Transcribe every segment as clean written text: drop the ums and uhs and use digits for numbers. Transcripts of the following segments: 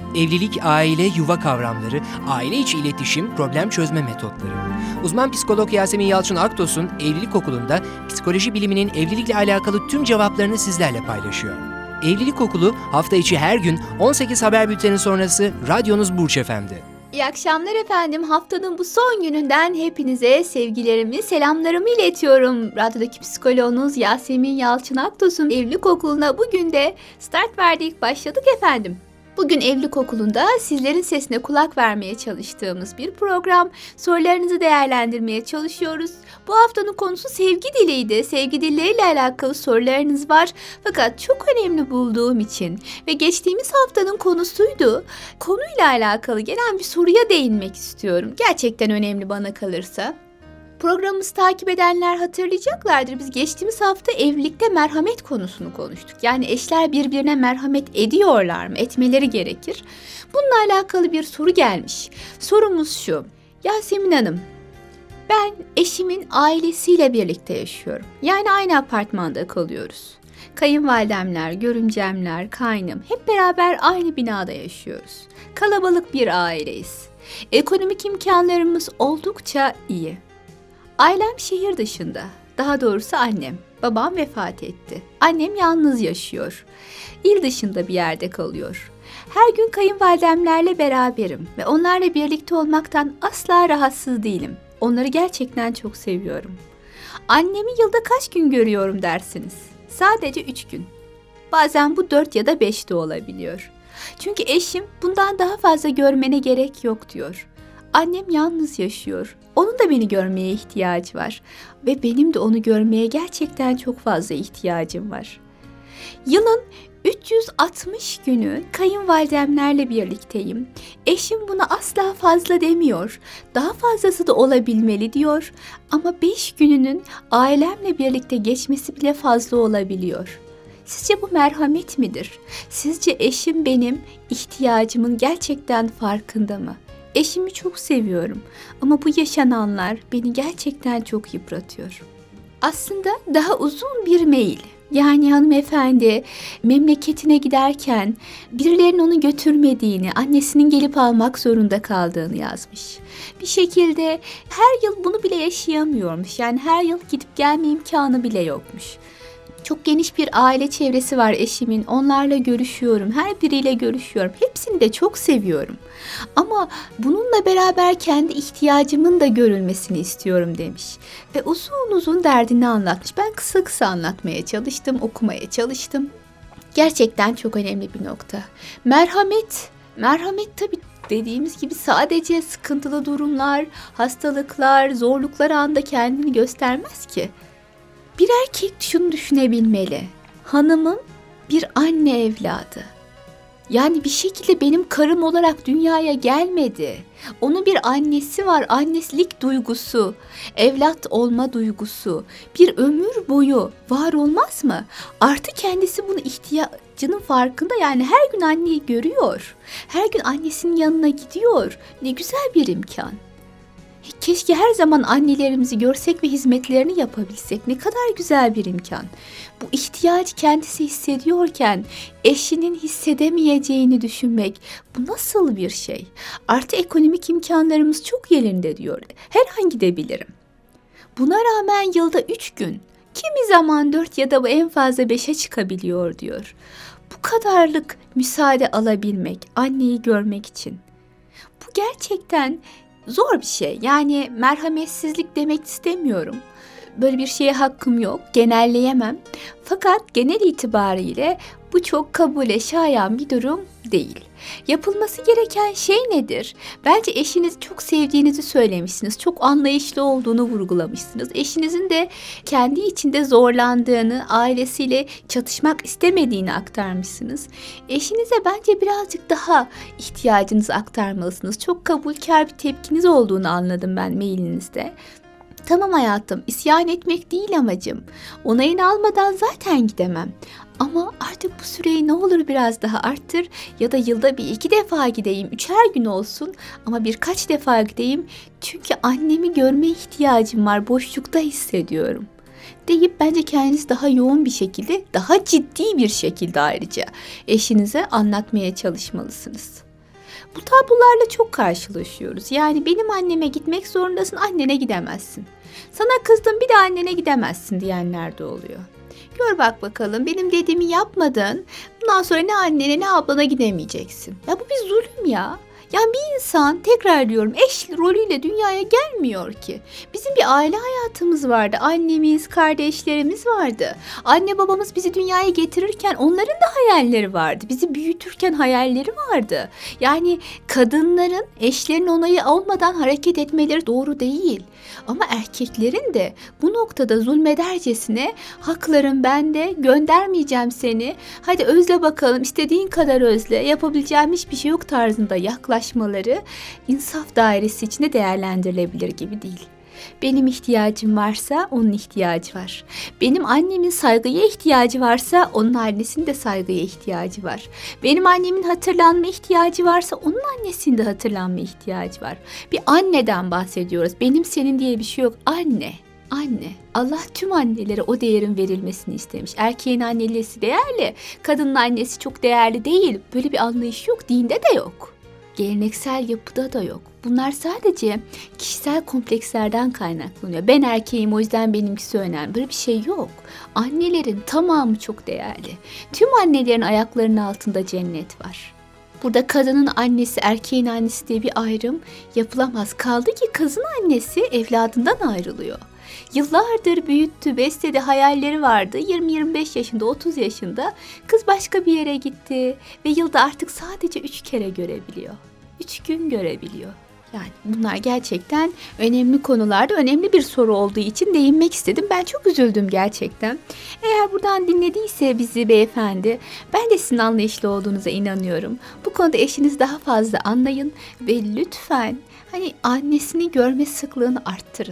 Evlilik, aile, yuva kavramları, aile içi iletişim, problem çözme metotları. Uzman psikolog Yasemin Yalçın Aktos'un Evlilik Okulu'nda psikoloji biliminin evlilikle alakalı tüm cevaplarını sizlerle paylaşıyor. Evlilik Okulu hafta içi her gün 18 haber bülteni sonrası radyonuz Burç FM'de. İyi akşamlar efendim. Haftanın bu son gününden hepinize sevgilerimi, selamlarımı iletiyorum. Radyodaki psikoloğunuz Yasemin Yalçın Aktos'un Evlilik Okulu'na bugün de start verdik, başladık efendim. Bugün Evlilik Okulu'nda sizlerin sesine kulak vermeye çalıştığımız bir program. Sorularınızı değerlendirmeye çalışıyoruz. Bu haftanın konusu sevgi diliydi. Sevgi dilleriyle alakalı sorularınız var. Fakat çok önemli bulduğum için ve geçtiğimiz haftanın konusuydu. Konuyla alakalı gelen bir soruya değinmek istiyorum. Gerçekten önemli bana kalırsa. Programımızı takip edenler hatırlayacaklardır. Biz geçtiğimiz hafta evlilikte merhamet konusunu konuştuk. Yani eşler birbirine merhamet ediyorlar mı? Etmeleri gerekir. Bununla alakalı bir soru gelmiş. Sorumuz şu. Yasemin Hanım, ben eşimin ailesiyle birlikte yaşıyorum. Yani aynı apartmanda kalıyoruz. Kayınvalidemler, görümcemler, kaynım hep beraber aynı binada yaşıyoruz. Kalabalık bir aileyiz. Ekonomik imkanlarımız oldukça iyi. Ailem şehir dışında, daha doğrusu annem. Babam vefat etti. Annem yalnız yaşıyor. İl dışında bir yerde kalıyor. Her gün kayınvalidemlerle beraberim ve onlarla birlikte olmaktan asla rahatsız değilim. Onları gerçekten çok seviyorum. Annemi yılda kaç gün görüyorum dersiniz? Sadece 3 gün. Bazen bu 4 ya da 5 de olabiliyor. Çünkü eşim bundan daha fazla görmene gerek yok diyor. Annem yalnız yaşıyor. Onun da beni görmeye ihtiyacı var. Ve benim de onu görmeye gerçekten çok fazla ihtiyacım var. Yılın 360 günü kayınvalidemlerle birlikteyim. Eşim buna asla fazla demiyor. Daha fazlası da olabilmeli diyor. Ama 5 gününün ailemle birlikte geçmesi bile fazla olabiliyor. Sizce bu merhamet midir? Sizce eşim benim ihtiyacımın gerçekten farkında mı? Eşimi çok seviyorum ama bu yaşananlar beni gerçekten çok yıpratıyor. Aslında daha uzun bir mail. Yani hanımefendi memleketine giderken birilerinin onu götürmediğini, annesinin gelip almak zorunda kaldığını yazmış. Bir şekilde her yıl bunu bile yaşayamıyormuş. Yani her yıl gidip gelme imkanı bile yokmuş. Çok geniş bir aile çevresi var eşimin. Onlarla görüşüyorum. Her biriyle görüşüyorum. Hepsini de çok seviyorum. Ama bununla beraber kendi ihtiyacımın da görülmesini istiyorum demiş. Ve uzun uzun derdini anlatmış. Ben kısa kısa anlatmaya çalıştım, okumaya çalıştım. Gerçekten çok önemli bir nokta. Merhamet tabii dediğimiz gibi sadece sıkıntılı durumlar, hastalıklar, zorluklar anında kendini göstermez ki. Bir erkek şunu düşünebilmeli. Hanımım bir anne evladı. Yani bir şekilde benim karım olarak dünyaya gelmedi. Onun bir annesi var, anneslik duygusu, evlat olma duygusu. Bir ömür boyu var olmaz mı? Artı kendisi bunu ihtiyacının farkında, yani her gün anneyi görüyor. Her gün annesinin yanına gidiyor. Ne güzel bir imkan. Keşke her zaman annelerimizi görsek ve hizmetlerini yapabilsek. Ne kadar güzel bir imkan. Bu ihtiyacı kendisi hissediyorken eşinin hissedemeyeceğini düşünmek, bu nasıl bir şey? Artı ekonomik imkanlarımız çok yerinde diyor. Her an gidebilirim. Buna rağmen yılda 3 gün, kimi zaman 4 ya da en fazla 5'e çıkabiliyor diyor. Bu kadarlık müsaade alabilmek, anneyi görmek için. Bu gerçekten zor bir şey. Yani merhametsizlik demek istemiyorum. Böyle bir şeye hakkım yok. Genelleyemem. Fakat genel itibariyle bu çok kabule şayan bir durum değil. Yapılması gereken şey nedir? Bence eşinizi çok sevdiğinizi söylemişsiniz. Çok anlayışlı olduğunu vurgulamışsınız. Eşinizin de kendi içinde zorlandığını, ailesiyle çatışmak istemediğini aktarmışsınız. Eşinize bence birazcık daha ihtiyacınızı aktarmalısınız. Çok kabulkar bir tepkiniz olduğunu anladım ben mailinizde. Tamam hayatım, isyan etmek değil amacım. Onayını almadan zaten gidemem. Ama artık bu süreyi ne olur biraz daha arttır ya da yılda 1-2 defa gideyim, 3'er gün olsun ama birkaç defa gideyim. Çünkü annemi görme ihtiyacım var, boşlukta hissediyorum deyip bence kendiniz daha yoğun bir şekilde, daha ciddi bir şekilde ayrıca eşinize anlatmaya çalışmalısınız. Bu tablolarla çok karşılaşıyoruz. Yani benim anneme gitmek zorundasın, annene gidemezsin. Sana kızdım, bir de annene gidemezsin diyenler de oluyor. Gör bak bakalım, benim dediğimi yapmadın. Bundan sonra ne annene ne ablana gidemeyeceksin. Ya bu bir zulüm ya. Yani bir insan, tekrar diyorum, eş rolüyle dünyaya gelmiyor ki. Bizim bir aile hayatımız vardı. Annemiz, kardeşlerimiz vardı. Anne babamız bizi dünyaya getirirken onların da hayalleri vardı. Bizi büyütürken hayalleri vardı. Yani kadınların eşlerin onayı olmadan hareket etmeleri doğru değil. Ama erkeklerin de bu noktada zulmedercesine haklarım bende, göndermeyeceğim seni. Hadi özle bakalım, istediğin kadar özle, yapabileceğim hiçbir şey yok tarzında yaklaşmaları insaf dairesi içinde değerlendirilebilir gibi değil. Benim ihtiyacım varsa onun ihtiyacı var. Benim annemin saygıya ihtiyacı varsa onun annesinin de saygıya ihtiyacı var. Benim annemin hatırlanma ihtiyacı varsa onun annesinin de hatırlanma ihtiyacı var. Bir anneden bahsediyoruz. Benim senin diye bir şey yok. Anne. Anne. Allah tüm annelere o değerin verilmesini istemiş. Erkeğin annesi değerli, kadının annesi çok değerli değil. Böyle bir anlayış yok. Dinde de yok. Geleneksel yapıda da yok. Bunlar sadece kişisel komplekslerden kaynaklanıyor. Ben erkeğim, o yüzden benimkisi önemli. Böyle bir şey yok. Annelerin tamamı çok değerli. Tüm annelerin ayaklarının altında cennet var. Burada kadının annesi, erkeğin annesi diye bir ayrım yapılamaz. Kaldı ki kızın annesi evladından ayrılıyor. Yıllardır büyüttü, besledi, hayalleri vardı. 20-25 yaşında, 30 yaşında kız başka bir yere gitti ve yılda artık sadece 3 kere görebiliyor. 3 gün görebiliyor. Yani bunlar gerçekten önemli konularda, önemli bir soru olduğu için değinmek istedim. Ben çok üzüldüm gerçekten. Eğer buradan dinlediyse bizi beyefendi, ben de sizin anlayışlı olduğunuza inanıyorum. Bu konuda eşinizi daha fazla anlayın ve lütfen annesini görme sıklığını arttırın.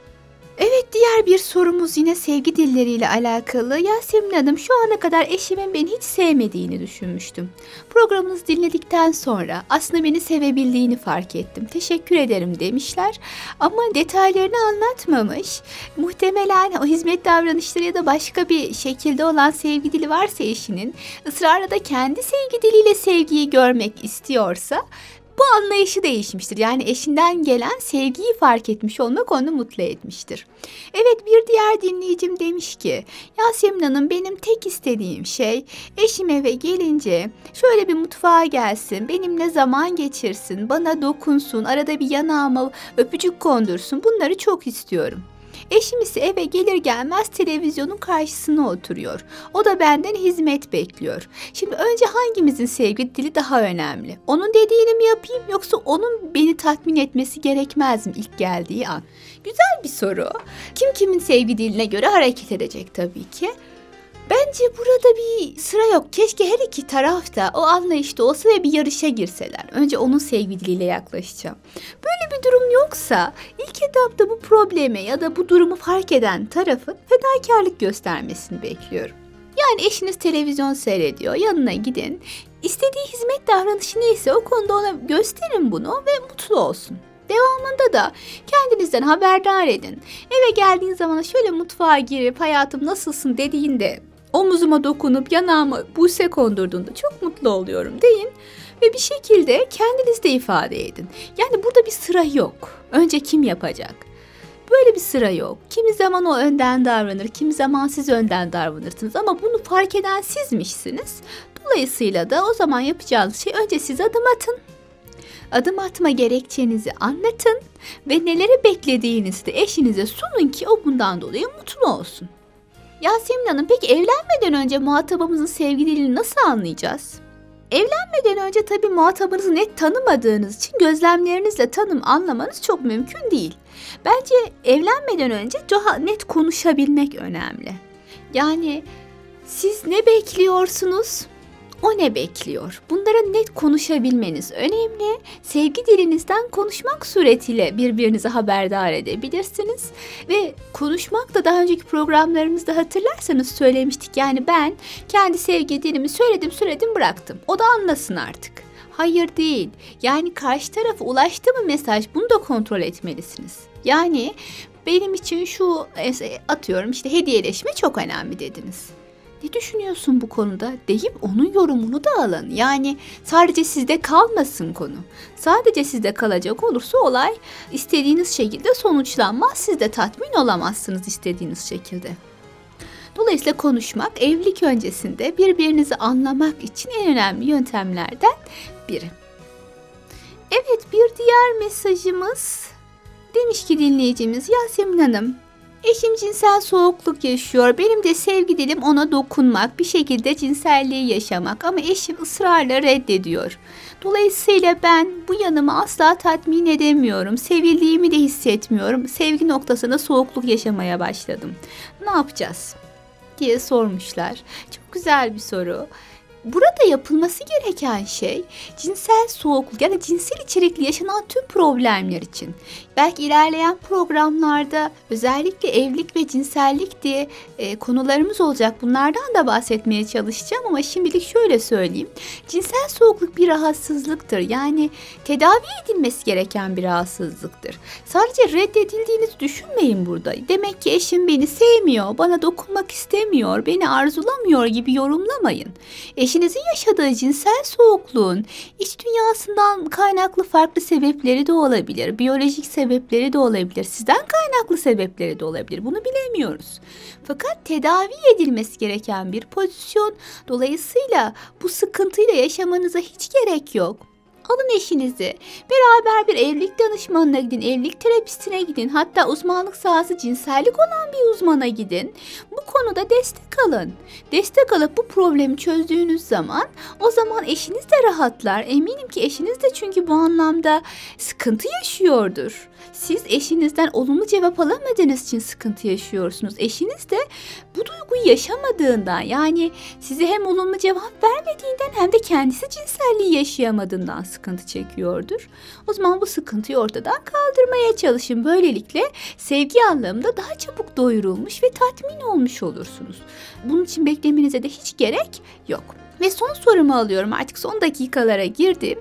Evet, diğer bir sorumuz yine sevgi dilleriyle alakalı. Yasemin Hanım, şu ana kadar eşimin beni hiç sevmediğini düşünmüştüm. Programınızı dinledikten sonra aslında beni sevebildiğini fark ettim. Teşekkür ederim demişler ama detaylarını anlatmamış. Muhtemelen o hizmet davranışları ya da başka bir şekilde olan sevgi dili varsa eşinin, ısrarla da kendi sevgi diliyle sevgiyi görmek istiyorsa bu anlayışı değişmiştir. Yani eşinden gelen sevgiyi fark etmiş olmak onu mutlu etmiştir. Evet, bir diğer dinleyicim demiş ki, Yasemin Hanım, benim tek istediğim şey eşim eve gelince şöyle bir mutfağa gelsin, benimle zaman geçirsin, bana dokunsun, arada bir yanağıma öpücük kondursun, bunları çok istiyorum. Eşim ise eve gelir gelmez televizyonun karşısına oturuyor. O da benden hizmet bekliyor. Şimdi önce hangimizin sevgi dili daha önemli? Onun dediğini mi yapayım, yoksa onun beni tatmin etmesi gerekmez mi ilk geldiği an? Güzel bir soru. Kim kimin sevgi diline göre hareket edecek tabii ki. Bence burada bir sıra yok. Keşke her iki taraf da o anlayışta olsa ve bir yarışa girseler. Önce onun sevgi diliyle yaklaşacağım. Böyle bir durum yoksa ilk etapta bu problemi ya da bu durumu fark eden tarafın fedakarlık göstermesini bekliyorum. Yani eşiniz televizyon seyrediyor, yanına gidin. İstediği hizmet davranışı neyse o konuda ona gösterin bunu ve mutlu olsun. Devamında da kendinizden haberdar edin. Eve geldiğin zaman şöyle mutfağa girip hayatım nasılsın dediğinde, omuzuma dokunup yanağıma buse kondurduğunda çok mutlu oluyorum deyin ve bir şekilde kendiniz de ifade edin. Yani burada bir sıra yok. Önce kim yapacak? Böyle bir sıra yok. Kimi zaman o önden davranır, kimi zaman siz önden davranırsınız ama bunu fark eden sizmişsiniz. Dolayısıyla da o zaman yapacağınız şey, önce siz adım atın. Adım atma gerekçenizi anlatın ve neleri beklediğinizi de eşinize sunun ki o bundan dolayı mutlu olsun. Yasemin Hanım, peki evlenmeden önce muhatabımızın sevgi dilini nasıl anlayacağız? Evlenmeden önce tabii muhatabınızı net tanımadığınız için gözlemlerinizle anlamanız çok mümkün değil. Bence evlenmeden önce daha net konuşabilmek önemli. Yani siz ne bekliyorsunuz? O ne bekliyor? Bunlara net konuşabilmeniz önemli. Sevgi dilinizden konuşmak suretiyle birbirinizi haberdar edebilirsiniz. Ve konuşmak da daha önceki programlarımızda hatırlarsanız söylemiştik. Yani ben kendi sevgi dilimi söyledim bıraktım. O da anlasın artık. Hayır değil. Yani karşı tarafa ulaştı mı mesaj, bunu da kontrol etmelisiniz. Yani benim için şu, atıyorum hediyeleşme çok önemli dediniz. ne düşünüyorsun bu konuda deyip onun yorumunu da alın. Yani sadece sizde kalmasın konu. Sadece sizde kalacak olursa olay istediğiniz şekilde sonuçlanmaz. Siz de tatmin olamazsınız istediğiniz şekilde. Dolayısıyla konuşmak evlilik öncesinde birbirinizi anlamak için en önemli yöntemlerden biri. Evet, bir diğer mesajımız demiş ki dinleyicimiz Yasemin Hanım. Eşim cinsel soğukluk yaşıyor. Benim de sevgi dilim ona dokunmak, bir şekilde cinselliği yaşamak ama eşim ısrarla reddediyor. Dolayısıyla ben bu yanımı asla tatmin edemiyorum. Sevildiğimi de hissetmiyorum. Sevgi noktasında soğukluk yaşamaya başladım. Ne yapacağız diye sormuşlar. Çok güzel bir soru. Burada yapılması gereken şey cinsel soğukluk, yani cinsel içerikli yaşanan tüm problemler için. Belki ilerleyen programlarda özellikle evlilik ve cinsellik diye konularımız olacak. Bunlardan da bahsetmeye çalışacağım ama şimdilik şöyle söyleyeyim. Cinsel soğukluk bir rahatsızlıktır. Yani tedavi edilmesi gereken bir rahatsızlıktır. Sadece reddedildiğinizi düşünmeyin burada. Demek ki eşim beni sevmiyor, bana dokunmak istemiyor, beni arzulamıyor gibi yorumlamayın. Eşinizin yaşadığı cinsel soğukluğun iç dünyasından kaynaklı farklı sebepleri de olabilir. Biyolojik sebepleri de olabilir. Sizden kaynaklı sebepleri de olabilir. Bunu bilemiyoruz. Fakat tedavi edilmesi gereken bir pozisyon. Dolayısıyla bu sıkıntıyla yaşamanıza hiç gerek yok. Alın eşinizi, beraber bir evlilik danışmanına gidin, evlilik terapistine gidin, hatta uzmanlık sahası cinsellik olan bir uzmana gidin. Bu konuda destek alın. Destek alıp bu problemi çözdüğünüz zaman o zaman eşiniz de rahatlar. Eminim ki eşiniz de çünkü bu anlamda sıkıntı yaşıyordur. Siz eşinizden olumlu cevap alamadığınız için sıkıntı yaşıyorsunuz. Eşiniz de bu duyguyu yaşamadığından, yani size hem olumlu cevap vermediğinden hem de kendisi cinselliği yaşayamadığından sıkıntı çekiyordur. O zaman bu sıkıntıyı ortadan kaldırmaya çalışın. Böylelikle sevgi anlamında daha çabuk doyurulmuş ve tatmin olmuş olursunuz. Bunun için beklemenize de hiç gerek yok. Ve son sorumu alıyorum, artık son dakikalara girdim.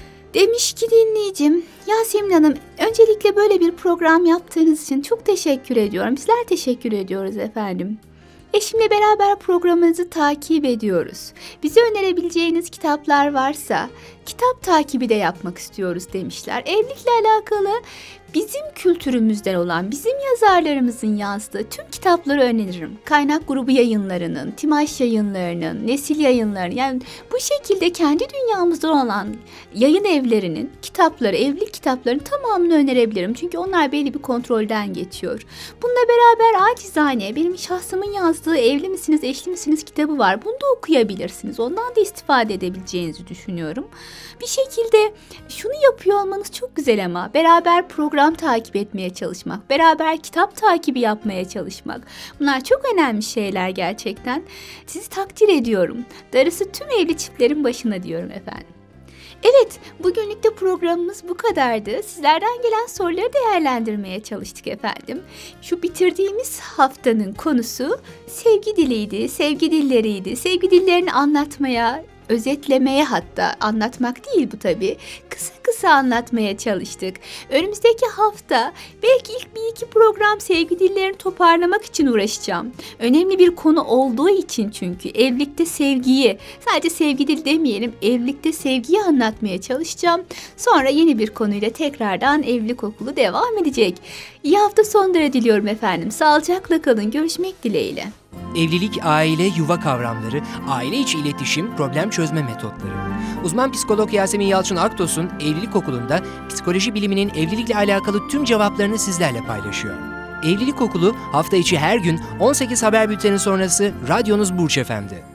Demiş ki dinleyicim, Yasemin Hanım, öncelikle böyle bir program yaptığınız için çok teşekkür ediyorum. Bizler teşekkür ediyoruz efendim. Eşimle beraber programınızı takip ediyoruz. Bize önerebileceğiniz kitaplar varsa kitap takibi de yapmak istiyoruz demişler. Evlilikle alakalı bizim kültürümüzden olan, bizim yazarlarımızın yazdığı tüm kitapları öneririm. Kaynak Grubu yayınlarının, Timaş yayınlarının, Nesil yayınlarının, yani bu şekilde kendi dünyamızda olan yayın evlerinin kitapları, evlilik kitaplarının tamamını önerebilirim. Çünkü onlar belli bir kontrolden geçiyor. Bununla beraber acizane benim şahsımın yazdığı Evli misiniz, eşli misiniz kitabı var. Bunu da okuyabilirsiniz. Ondan da istifade edebileceğinizi düşünüyorum. Bir şekilde şunu yapıyor olmanız çok güzel ama beraber program takip etmeye çalışmak, beraber kitap takibi yapmaya çalışmak. Bunlar çok önemli şeyler gerçekten. Sizi takdir ediyorum. Darısı tüm evli çiftlerin başına diyorum efendim. Evet, bugünlük de programımız bu kadardı. Sizlerden gelen soruları değerlendirmeye çalıştık efendim. Şu bitirdiğimiz haftanın konusu sevgi diliydi, sevgi dilleriydi. Sevgi dillerini anlatmaya, özetlemeye, hatta anlatmak değil bu tabii, kısa kısa anlatmaya çalıştık. Önümüzdeki hafta belki ilk bir iki program sevgi dillerini toparlamak için uğraşacağım. Önemli bir konu olduğu için, çünkü evlilikte sevgiyi, sadece sevgi dil demeyelim, evlilikte sevgiyi anlatmaya çalışacağım. Sonra yeni bir konuyla tekrardan Evlilik Okulu devam edecek. İyi hafta sonları diliyorum efendim. Sağlıcakla kalın. Görüşmek dileğiyle. Evlilik, aile, yuva kavramları, aile içi iletişim, problem çözme metotları. Uzman psikolog Yasemin Yalçın Aktos'un Evlilik Okulu'nda psikoloji biliminin evlilikle alakalı tüm cevaplarını sizlerle paylaşıyor. Evlilik Okulu hafta içi her gün 18 haber bülteni sonrası radyonuz Burç FM'de.